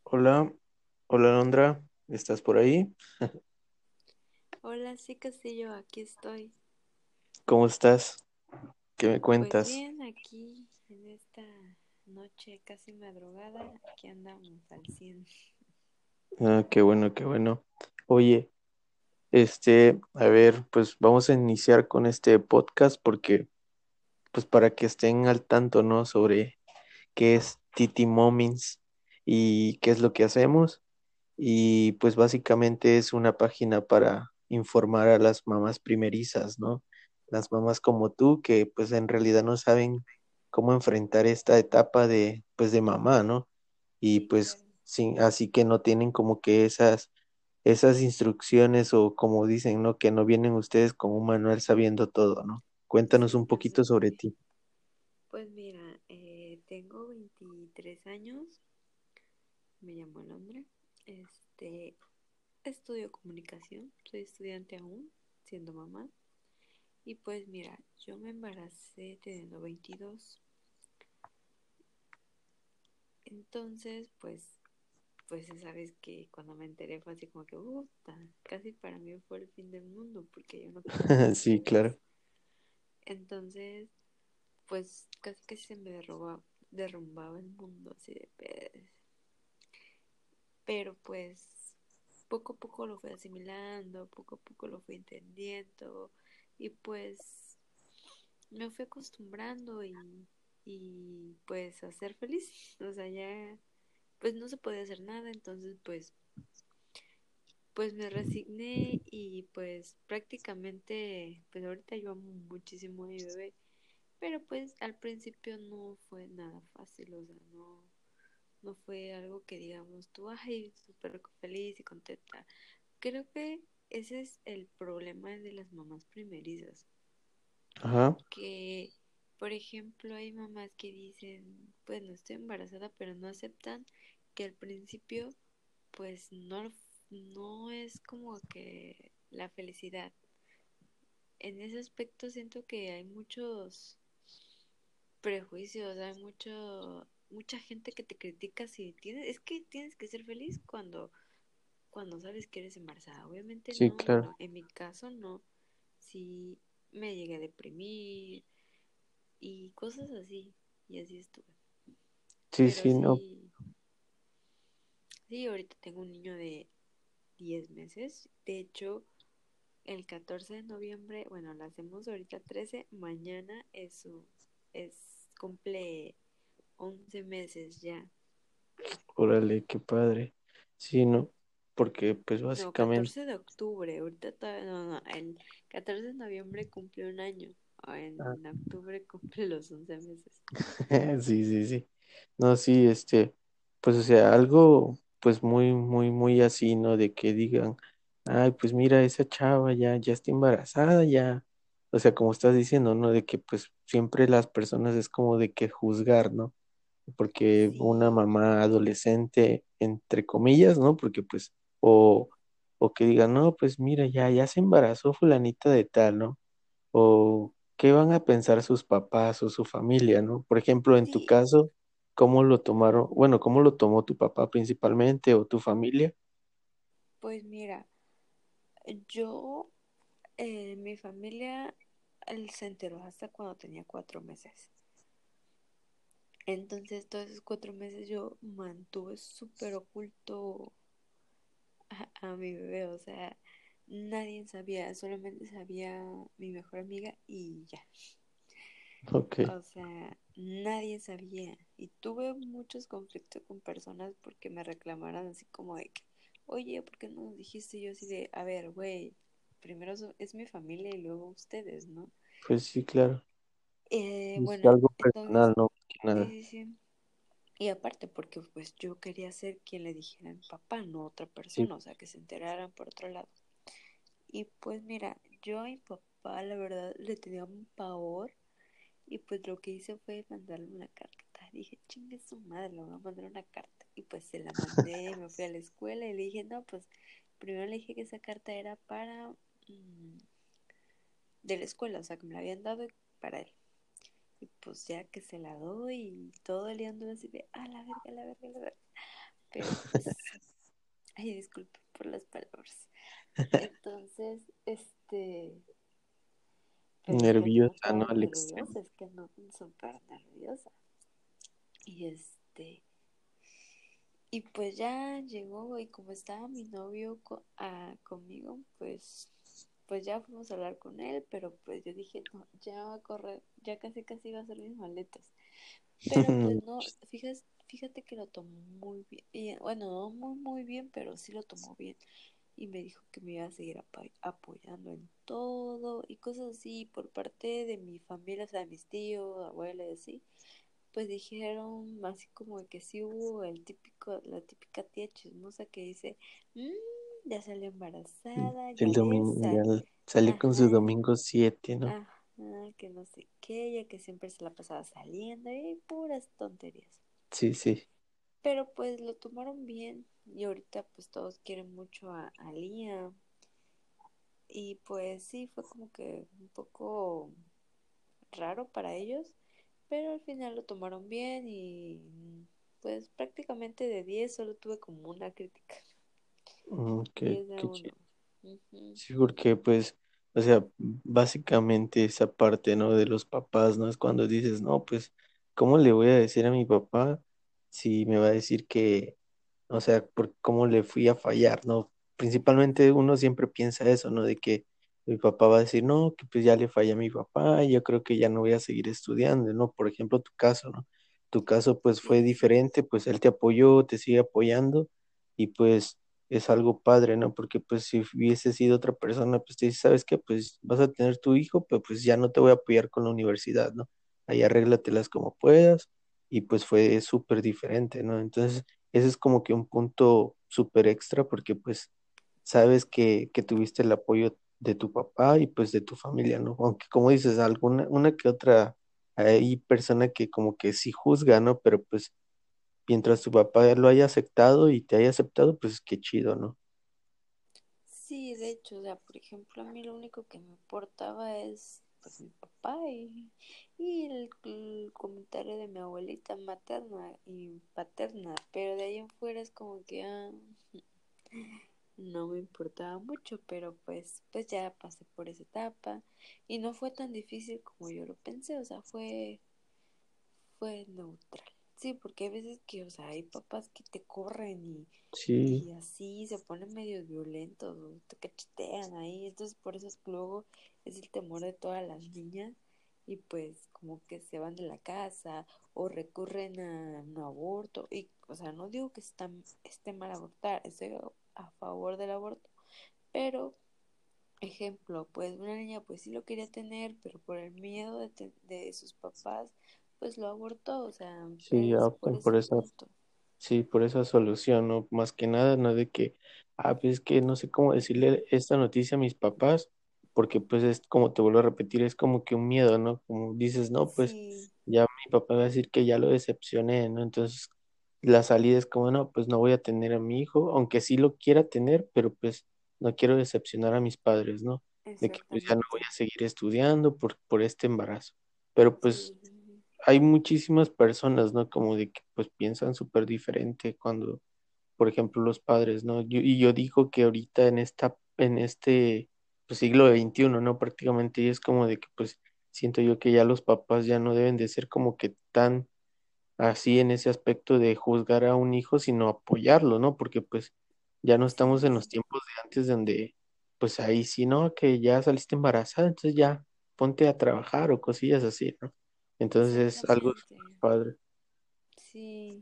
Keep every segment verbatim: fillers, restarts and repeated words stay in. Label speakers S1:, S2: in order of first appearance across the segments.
S1: Hola, hola Londra, ¿estás por ahí?
S2: Hola, sí, Castillo, aquí estoy.
S1: ¿Cómo estás? ¿Qué me
S2: Pues
S1: cuentas?
S2: bien, aquí en esta noche casi madrugada, aquí andamos al cien.
S1: Ah, qué bueno, qué bueno. Oye, este, a ver, pues vamos a iniciar con este podcast porque, pues para que estén al tanto, ¿no? Sobre qué es Titi Momins y qué es lo que hacemos. Y pues básicamente es una página para informar a las mamás primerizas, ¿no? Las mamás como tú que pues en realidad no saben cómo enfrentar esta etapa de pues de mamá, ¿no? Y
S2: Sí,
S1: pues
S2: claro.
S1: sí, así que no tienen como que esas esas instrucciones o como dicen, ¿no? Que no vienen ustedes con un manual sabiendo todo, ¿no? Cuéntanos
S2: Sí,
S1: un
S2: no se
S1: poquito sobre
S2: puede.
S1: ti.
S2: Pues mira, eh, tengo veintitrés años, me llamo Londra, este, estudio comunicación, soy estudiante aún, siendo mamá. Y pues mira, yo me embaracé teniendo veintidós. Entonces, pues pues ya sabes que cuando me enteré fue así como que, puta, casi para mí fue el fin del mundo porque yo no quería tener
S1: Sí,
S2: bebés.
S1: claro.
S2: Entonces, pues casi que se me derrumbaba, derrumbaba el mundo así de vez. Pero pues poco a poco lo fui asimilando, poco a poco lo fui entendiendo y pues me fui acostumbrando y, y pues a ser feliz. O sea, ya pues no se podía hacer nada, entonces pues pues me resigné y pues prácticamente, pues ahorita yo amo muchísimo a mi bebé, pero pues al principio no fue nada fácil, o sea, no, no fue algo que digamos tú, ay, súper feliz y contenta. Creo que ese es el problema de las mamás primerizas,
S1: Ajá.
S2: que por ejemplo hay mamás que dicen, pues no estoy embarazada, pero no aceptan que al principio pues no, no es como que la felicidad. En ese aspecto siento que hay muchos prejuicios, hay mucho, mucha gente que te critica si tienes, es que tienes que ser feliz cuando, cuando sabes que eres embarazada. Obviamente
S1: Sí,
S2: no,
S1: claro.
S2: bueno, en mi caso no, sí me llegué a deprimir y cosas así, y así estuve.
S1: Sí,
S2: Pero
S1: sí, no.
S2: sí, sí, ahorita tengo un niño de diez meses. De hecho, el catorce de noviembre, bueno, lo hacemos ahorita trece, mañana es su, es, cumple once meses ya.
S1: Órale, qué padre. Sí, ¿no? Porque pues
S2: No,
S1: básicamente,
S2: catorce de octubre, ahorita todavía, no, no, el catorce de noviembre cumple un año, ah,
S1: ah,
S2: en octubre cumple los once meses.
S1: sí, sí, sí. No, sí, este, pues o sea, algo pues muy, muy, muy así, ¿no? De que digan, ay, pues mira, esa chava ya, ya está embarazada, ya. O sea, como estás diciendo, ¿no? De que pues siempre las personas es como de que juzgar, ¿no? Porque una
S2: Sí,
S1: mamá adolescente, entre comillas, ¿no? Porque pues, o, o que digan, no, pues mira, ya, ya se embarazó fulanita de tal, ¿no? O qué van a pensar sus papás o su familia, ¿no? Por ejemplo, en tu
S2: sí,
S1: caso, ¿cómo lo tomaron? Bueno, ¿cómo lo tomó tu papá principalmente o tu familia?
S2: pues mira, yo, eh, mi familia, él se enteró hasta cuando tenía cuatro meses. Entonces, todos esos cuatro meses yo mantuve súper oculto a, a mi bebé, o sea, nadie sabía, solamente sabía mi mejor amiga y ya.
S1: Ok,
S2: O sea, nadie sabía. Y tuve muchos conflictos con personas porque me reclamaron así como de que, oye, ¿por qué no nos dijiste? Y yo así de, a ver, güey, primero so- es mi familia y luego ustedes, ¿no?
S1: pues sí, claro.
S2: Eh,
S1: Es
S2: bueno,
S1: algo
S2: entonces,
S1: personal, ¿no? Más que
S2: sí,
S1: nada.
S2: sí, sí. Y aparte, porque pues yo quería ser quien le dijera a mi papá, no otra
S1: Sí,
S2: persona, o sea, que se enteraran por otro lado. Y pues mira, yo a mi papá la verdad le tenía un pavor y pues lo que hice fue mandarle una carta. Dije, chingue su madre, le voy a mandar una carta. Y pues se la mandé, me fui a la escuela y le dije, no, pues primero le dije que esa carta era para mm, de la escuela, o sea, que me la habían dado para él. Y pues ya que se la doy y todo el día anduve así de, ah, la verga, la verga, la verga. pero pues, ay, disculpe por las palabras. Entonces, este, pero es que a mí me
S1: Nerviosa, ¿no?
S2: estaba
S1: Al extremo.
S2: nerviosa, es que no, súper nerviosa. Y este, y pues ya llegó y como estaba mi novio co- ah, conmigo, pues, pues ya fuimos a hablar con él, pero pues yo dije, no, ya va a correr, ya casi casi va a hacer mis maletas. Pero pues no, fíjate, fíjate que lo tomó muy bien. Y, bueno, no muy muy bien, pero sí lo tomó bien. Y me dijo que me iba a seguir apa- apoyando en todo y cosas así por parte de mi familia, o sea, de mis tíos, abuelos y así. Pues dijeron así como que sí hubo el típico, la típica tía chismosa que dice, "Mm, ya salió embarazada,
S1: El
S2: ya ves,
S1: domingo,
S2: ah,
S1: ya salió con su
S2: ajá,
S1: domingo siete, ¿no?
S2: ajá, que no sé qué, ya que siempre se la pasaba saliendo y puras tonterías.
S1: Sí, sí.
S2: Pero pues lo tomaron bien y ahorita pues todos quieren mucho a, a Liam y pues sí, fue como que un poco raro para ellos, pero al final lo tomaron bien y pues prácticamente de diez solo tuve como una crítica.
S1: Mm, qué,
S2: diez de
S1: qué
S2: uno.
S1: chido.
S2: Ujú.
S1: Sí, porque pues, o sea, básicamente esa parte, ¿no? De los papás, ¿no? Es cuando dices, no, pues, ¿cómo le voy a decir a mi papá si me va a decir que, o sea, por cómo le fui a fallar, ¿no? Principalmente uno siempre piensa eso, ¿no? De que mi papá va a decir, no, que pues ya le falla a mi papá, y yo creo que ya no voy a seguir estudiando, ¿no? Por ejemplo, tu caso, ¿no? Tu caso pues fue
S2: Sí, sí,
S1: diferente, pues él te apoyó, te sigue apoyando, y pues es algo padre, ¿no? Porque pues si hubiese sido otra persona, pues te dice, ¿sabes qué? Pues vas a tener tu hijo, pero pues ya no te voy a apoyar con la universidad, ¿no? Ahí arréglatelas como puedas, y pues fue súper diferente, ¿no? Entonces, ese es como que un punto súper extra porque pues sabes que, que tuviste el apoyo de tu papá y pues de tu familia, ¿no? Aunque como dices, alguna, una que otra, hay persona que como que sí juzga, ¿no? Pero pues mientras tu papá lo haya aceptado y te haya aceptado, pues qué chido, ¿no?
S2: sí, de hecho, o sea, por ejemplo, a mí lo único que me importaba es pues mi papá y, y el, el comentario de mi abuelita materna y paterna, pero de ahí en fuera es como que ah, no me importaba mucho, pero pues, pues ya pasé por esa etapa y no fue tan difícil como yo lo pensé, o sea, fue, fue neutral. Sí, porque hay veces que, o sea, hay papás que te corren y,
S1: Sí,
S2: y así se ponen medios violentos, o te cachetean ahí, entonces por eso es que luego es el temor de todas las niñas y pues como que se van de la casa o recurren a un aborto y, o sea, no digo que está, esté mal abortar, estoy a favor del aborto, pero, ejemplo, pues una niña pues sí lo quería tener, pero por el miedo de, te- de sus papás, pues lo abortó, o sea,
S1: sí,
S2: es por
S1: optan por
S2: ese
S1: esa,
S2: punto.
S1: sí, por esa solución, ¿no? Más que nada, no de que, ah, pues es que no sé cómo decirle esta noticia a mis papás, porque pues es como te vuelvo a repetir, es como que un miedo, ¿no? Como dices, no, pues
S2: Sí,
S1: ya mi papá va a decir que ya lo decepcioné, ¿no? Entonces la salida es como, no, pues no voy a tener a mi hijo, aunque sí lo quiera tener, pero pues no quiero decepcionar a mis padres, ¿no? De que pues ya no voy
S2: exactamente.
S1: a seguir estudiando por, por este embarazo. Pero pues
S2: Sí,
S1: hay muchísimas personas, ¿no? Como de que pues piensan súper diferente cuando, por ejemplo, los padres, ¿no? Yo- y yo digo que ahorita en esta, en este pues, siglo veintiuno, ¿no? Prácticamente y es como de que pues siento yo que ya los papás ya no deben de ser como que tan así en ese aspecto de juzgar a un hijo, sino apoyarlo, ¿no? Porque pues ya no estamos en los
S2: sí,
S1: tiempos de antes donde pues ahí sí, ¿no? Que ya saliste embarazada, entonces ya ponte a trabajar o cosillas así, ¿no? Entonces es algo súper
S2: exactamente.
S1: padre.
S2: Sí,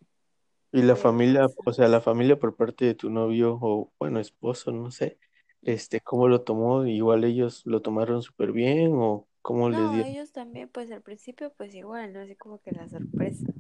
S1: Y la
S2: pero
S1: familia,
S2: pues,
S1: o sea, la familia por parte de tu novio o, bueno, esposo, no sé,
S2: mm,
S1: este, ¿cómo lo tomó? Igual ellos lo tomaron súper bien o cómo les
S2: no,
S1: dio.
S2: ellos también, pues al principio, pues igual, ¿no? Así como que la sorpresa,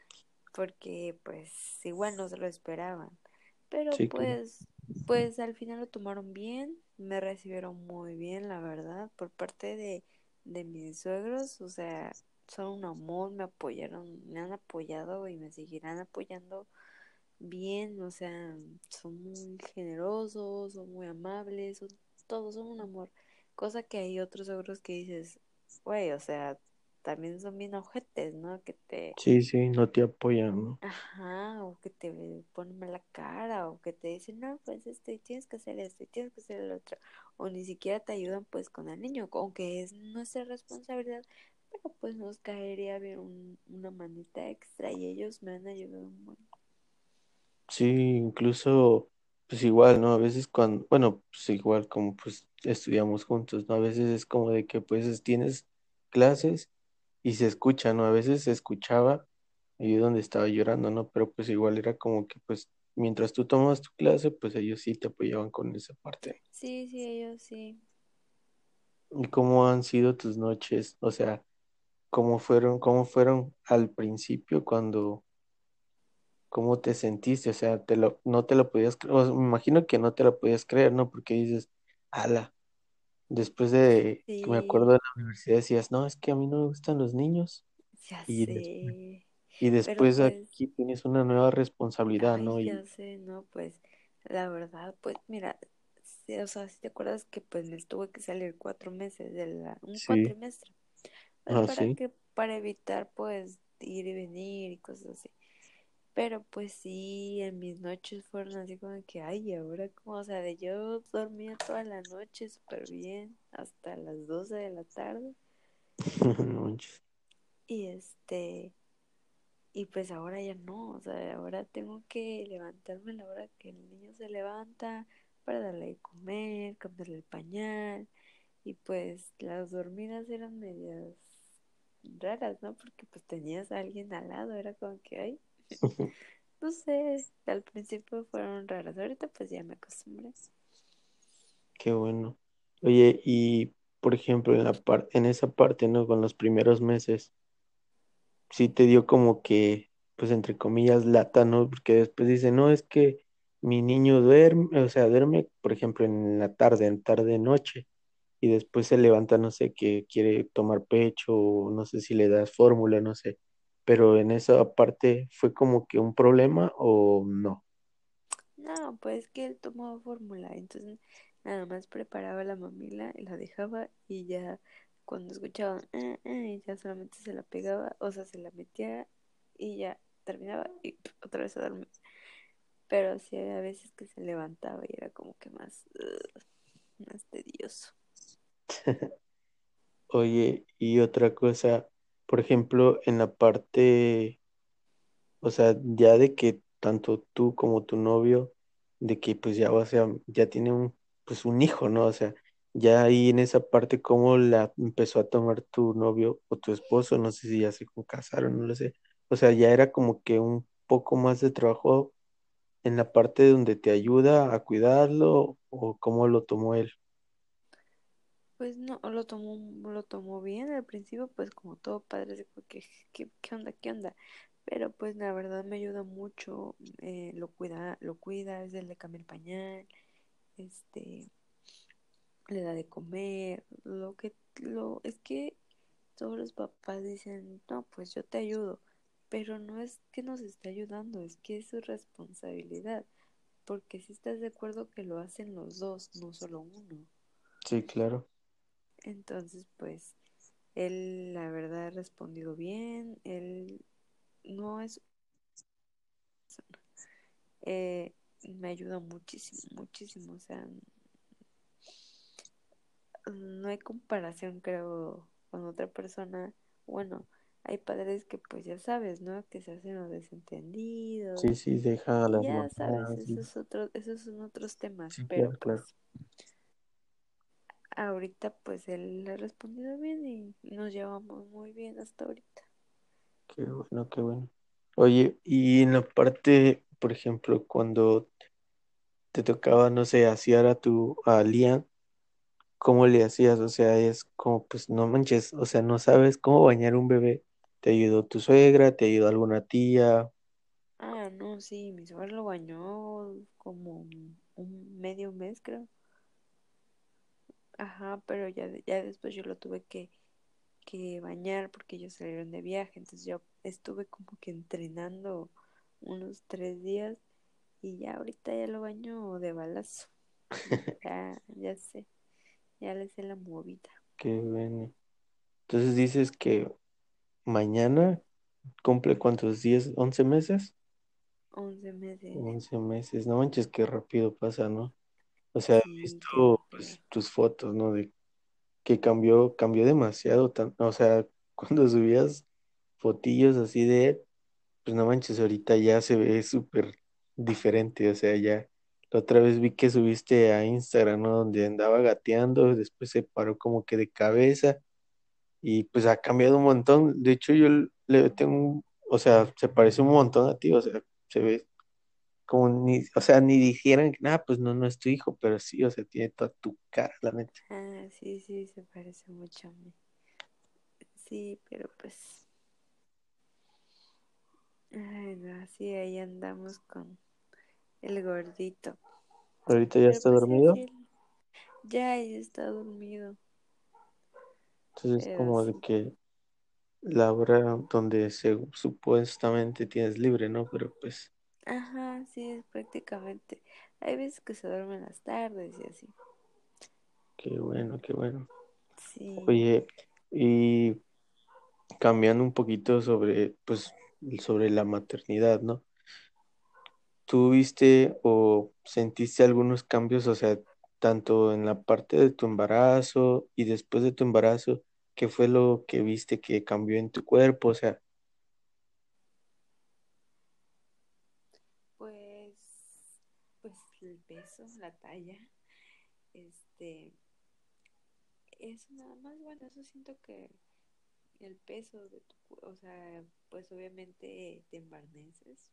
S2: porque pues igual no se lo esperaban. Pero
S1: Sí, claro.
S2: pues, pues al final lo tomaron bien, me recibieron muy bien, la verdad, por parte de, de mis suegros, o sea, son un amor, me apoyaron, me han apoyado y me seguirán apoyando bien, o sea, son muy generosos, son muy amables, son todos son un amor, cosa que hay otros suegros que dices, güey, o sea, también son bien ojetes, ¿no? Que te,
S1: Sí, sí, no te apoyan, ¿no?
S2: ajá, o que te ponen mala cara, o que te dicen, no, pues este, tienes que hacer esto, y tienes que hacer el otro, o ni siquiera te ayudan pues con el niño, aunque es nuestra responsabilidad, pero pues nos caería bien un- una manita extra y ellos me han ayudado un montón.
S1: Sí, incluso, pues igual, ¿no? A veces cuando, bueno, pues igual como pues estudiamos juntos, ¿no? A veces es como de que pues tienes clases y se escucha, ¿no? A veces se escuchaba ahí donde estaba llorando, ¿no? Pero pues igual era como que pues mientras tú tomabas tu clase, pues ellos sí te apoyaban con esa parte.
S2: Sí, sí, ellos sí.
S1: ¿Y cómo han sido tus noches? O sea, ¿cómo fueron, cómo fueron al principio cuando, cómo te sentiste? O sea, te lo, no te lo podías creer, o sea, me imagino que no te lo podías creer, ¿no? Porque dices, ala, después de que me acuerdo
S2: Sí,
S1: de la universidad decías, no, es que a mí no me gustan los niños.
S2: ya
S1: Y después,
S2: sé.
S1: y
S2: Pero
S1: después
S2: pues,
S1: aquí tienes una nueva responsabilidad,
S2: ay,
S1: ¿no?
S2: ya
S1: Y
S2: sé, ¿no? Pues, la verdad, pues, mira, sí, o sea, si te acuerdas que pues me tuve que salir cuatro meses de la, un
S1: sí,
S2: cuatrimestre, pues
S1: ah,
S2: para
S1: sí.
S2: que, para evitar pues ir y venir y cosas así. Pero pues sí, en mis noches fueron así como que, ay, ahora como, o sea, de yo dormía toda la noche súper bien, hasta las doce de la tarde,
S1: No manches.
S2: y este, y pues ahora ya no, o sea, ahora tengo que levantarme a la hora que el niño se levanta para darle de comer, cambiarle el pañal, y pues las dormidas eran medias raras, ¿no? Porque pues tenías a alguien al lado, era como que, ay, no sé, al principio fueron raras, ahorita pues ya me acostumbré.
S1: Qué bueno. Oye, y por ejemplo, en la par- en esa parte, ¿no? Con los primeros meses, sí te dio como que, pues entre comillas, lata, ¿no? Porque después dice, no, es que mi niño duerme, o sea, duerme, por ejemplo, en la tarde, en tarde, noche, y después se levanta, no sé, que quiere tomar pecho, o no sé si le das fórmula, no sé. Pero en esa parte, ¿fue como que un problema o no?
S2: No, pues que él tomaba fórmula, entonces nada más preparaba la mamila y la dejaba y ya cuando escuchaba, "Ah, ah", y ya solamente se la pegaba, o sea, se la metía y ya terminaba y pf, otra vez a dormir. Pero sí había veces que se levantaba y era como que más, ugh, más tedioso.
S1: Oye, y otra cosa, por ejemplo, en la parte, o sea, ya de que tanto tú como tu novio, de que pues ya, o sea, ya tiene un, pues un hijo, ¿no? O sea, ya ahí en esa parte, ¿cómo la empezó a tomar tu novio o tu esposo? No sé si ya se casaron, no lo sé. O sea, ya era como que un poco más de trabajo en la parte donde te ayuda a cuidarlo o cómo lo tomó él.
S2: Pues no, lo tomó, lo tomó bien al principio, pues como todo padre, así como que, ¿qué, qué onda, qué onda? Pero pues la verdad me ayuda mucho, eh, lo cuida, lo cuida, a veces le cambia el pañal, este, le da de comer, lo que, lo, es que todos los papás dicen, no, pues yo te ayudo, pero no es que nos esté ayudando, es que es su responsabilidad, porque si estás de acuerdo que lo hacen los dos, no solo uno.
S1: Sí, claro.
S2: Entonces, pues él, la verdad, ha respondido bien. Él no es, eh, me ayuda muchísimo, muchísimo. O sea, no hay comparación, creo, con otra persona. Bueno, hay padres que, pues ya sabes, ¿no? Que se hacen los
S1: Sí,
S2: desentendidos.
S1: sí, deja a
S2: Y
S1: las
S2: ya sabes,
S1: mamás.
S2: esos otros, esos son otros temas.
S1: Sí,
S2: Pero
S1: claro, claro.
S2: pues ahorita, pues él ha respondido bien y nos llevamos muy bien hasta ahorita.
S1: Qué bueno, qué bueno. Oye, y en la parte, por ejemplo, cuando te tocaba, no sé, asear a tu, a Liam, ¿cómo le hacías? O sea, es como, pues no manches, o sea, no sabes cómo bañar un bebé. ¿Te ayudó tu suegra? ¿Te ayudó alguna tía?
S2: Ah, no, sí, mi suegro lo bañó como un un medio mes, creo. Ajá, pero ya, de- ya después yo lo tuve que, que bañar porque ellos salieron de viaje. Entonces yo estuve como que entrenando unos tres días y ya ahorita ya lo baño de balazo. Ya, ya sé, ya le sé la movida.
S1: Qué bueno. Entonces dices que mañana cumple cuántos días, once meses,
S2: Once meses.
S1: once meses, no manches, qué rápido pasa, ¿no? O sea, he
S2: Sí, qué
S1: visto
S2: rápido.
S1: pues tus fotos, ¿no? De que cambió, cambió demasiado, tan- o sea, cuando subías fotillos así de él, pues no manches, ahorita ya se ve súper diferente, o sea, ya la otra vez vi que subiste a Instagram, ¿no? Donde andaba gateando, después se paró como que de cabeza y pues ha cambiado un montón. De hecho, yo le tengo, un- o sea, se parece un montón a ti, o sea, se ve como ni, o sea, ni dijeran que nada, pues no, no es tu hijo, pero sí, o sea, tiene toda tu cara, la neta.
S2: Ah, sí, sí, se parece mucho a mí. Sí, pero pues, ay, no, sí, ahí andamos con el gordito.
S1: Ahorita ya
S2: Pero
S1: está
S2: pues sí, así
S1: dormido,
S2: él ya, ya está dormido.
S1: entonces
S2: Pero
S1: como de
S2: sí,
S1: que la hora donde se supuestamente tienes libre, ¿no? Pero pues,
S2: ajá, sí, es prácticamente. Hay veces que se duermen las tardes y así.
S1: qué bueno, qué bueno.
S2: Sí,
S1: Oye, y cambiando un poquito sobre, pues, sobre la maternidad, ¿no? ¿Tú viste o sentiste algunos cambios, o sea, tanto en la parte de tu embarazo y después de tu embarazo, qué fue lo que viste que cambió en tu cuerpo? O sea,
S2: pues, pues el peso, la talla, este, eso nada más, bueno, eso siento que el peso de tu, cu- o sea, pues obviamente te embarneces,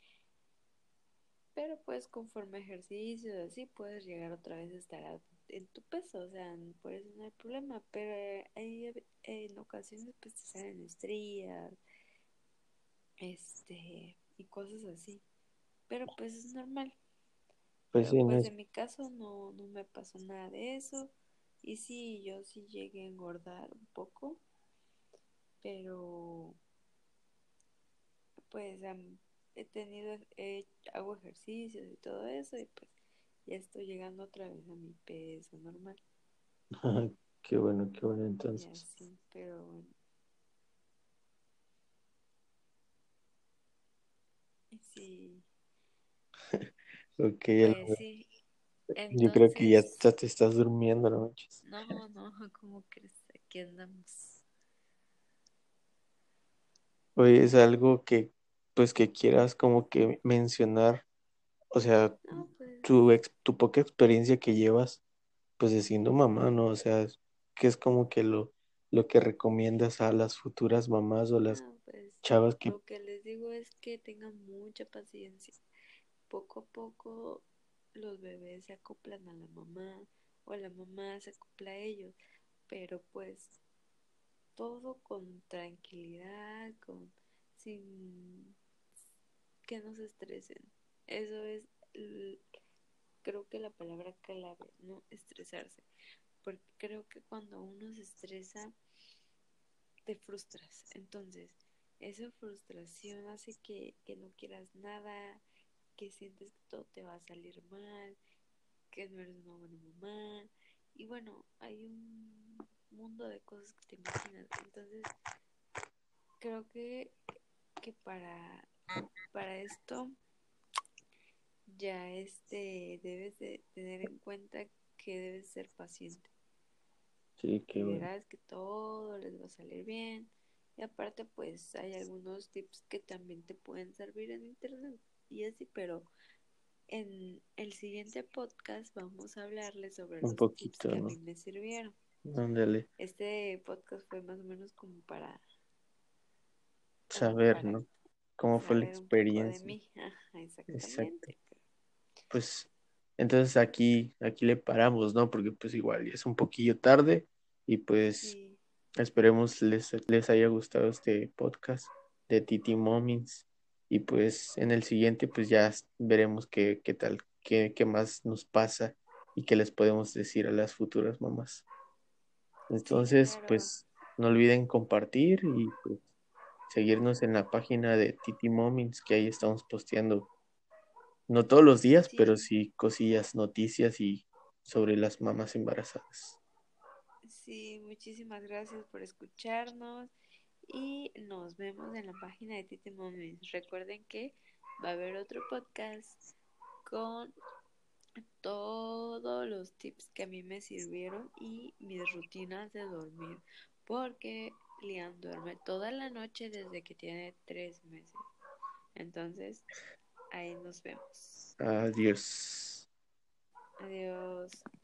S2: pero pues conforme ejercicios así puedes llegar otra vez a estar a- en tu peso, o sea, n- por eso no hay problema, pero eh, hay eh, en ocasiones pues te salen estrías, este, y cosas así, pero pues es normal,
S1: pues
S2: pero
S1: sí, no
S2: pues
S1: es,
S2: en mi caso no, no me pasó nada de eso, y sí, yo sí llegué a engordar un poco, pero pues am, he tenido, he- hago ejercicios y todo eso y pues ya estoy llegando otra vez a mi peso normal
S1: qué bueno, qué bueno
S2: y
S1: entonces.
S2: así, pero bueno, sí,
S1: Ok,
S2: pues
S1: el-
S2: sí,
S1: yo creo que ya
S2: entonces,
S1: te te estás durmiendo, no manches.
S2: no, no, ¿cómo crees? Aquí andamos.
S1: Oye, es algo que, pues, que quieras como que mencionar, o sea,
S2: No, pues,
S1: tu, ex- tu poca experiencia que llevas, pues, de siendo mamá, ¿no? O sea, que es como que lo, lo que recomiendas a las futuras mamás o las
S2: no, pues
S1: chavas que,
S2: lo que les digo es que tengan mucha paciencia. Poco a poco los bebés se acoplan a la mamá o la mamá se acopla a ellos, pero pues todo con tranquilidad, con sin que no se estresen. Eso es, l- creo que la palabra clave, no estresarse, porque creo que cuando uno se estresa, te frustras. Entonces, esa frustración hace que, que no quieras nada, que sientes que todo te va a salir mal, que no eres una buena mamá. Y bueno, hay un mundo de cosas que te imaginas. Entonces, creo que, que para, para esto ya este debes de tener en cuenta que debes ser paciente
S1: sí,
S2: y
S1: que bueno,
S2: verás que todo les va a salir bien. Y aparte, pues hay algunos tips que también te pueden servir en internet y así, pero en el siguiente podcast vamos a hablarles sobre
S1: un
S2: los tips
S1: poquito,
S2: que a
S1: ¿no?
S2: mí me sirvieron.
S1: Ándale,
S2: Este podcast fue más o menos como para, como
S1: saber,
S2: para
S1: ¿no? ¿Cómo fue la
S2: saber un poco de
S1: experiencia?
S2: mí. Ajá,
S1: Exacto.
S2: exactamente.
S1: Pues entonces aquí, aquí le paramos, ¿no? Porque pues igual ya es un poquillo tarde y pues
S2: Sí,
S1: esperemos les, les haya gustado este podcast de Titi Momins y pues en el siguiente pues ya veremos qué, qué tal, qué, qué más nos pasa y qué les podemos decir a las futuras mamás.
S2: sí,
S1: Entonces
S2: claro.
S1: pues no olviden compartir y pues seguirnos en la página de Titi Momins que ahí estamos posteando no todos los días, pero
S2: Sí,
S1: sí cosillas, noticias y sobre las mamás embarazadas.
S2: sí, muchísimas gracias por escucharnos y nos vemos en la página de Titi Moments. Recuerden que va a haber otro podcast con todos los tips que a mí me sirvieron y mis rutinas de dormir, porque Lian duerme toda la noche desde que tiene tres meses. Entonces, ahí nos vemos.
S1: Adiós.
S2: Adiós.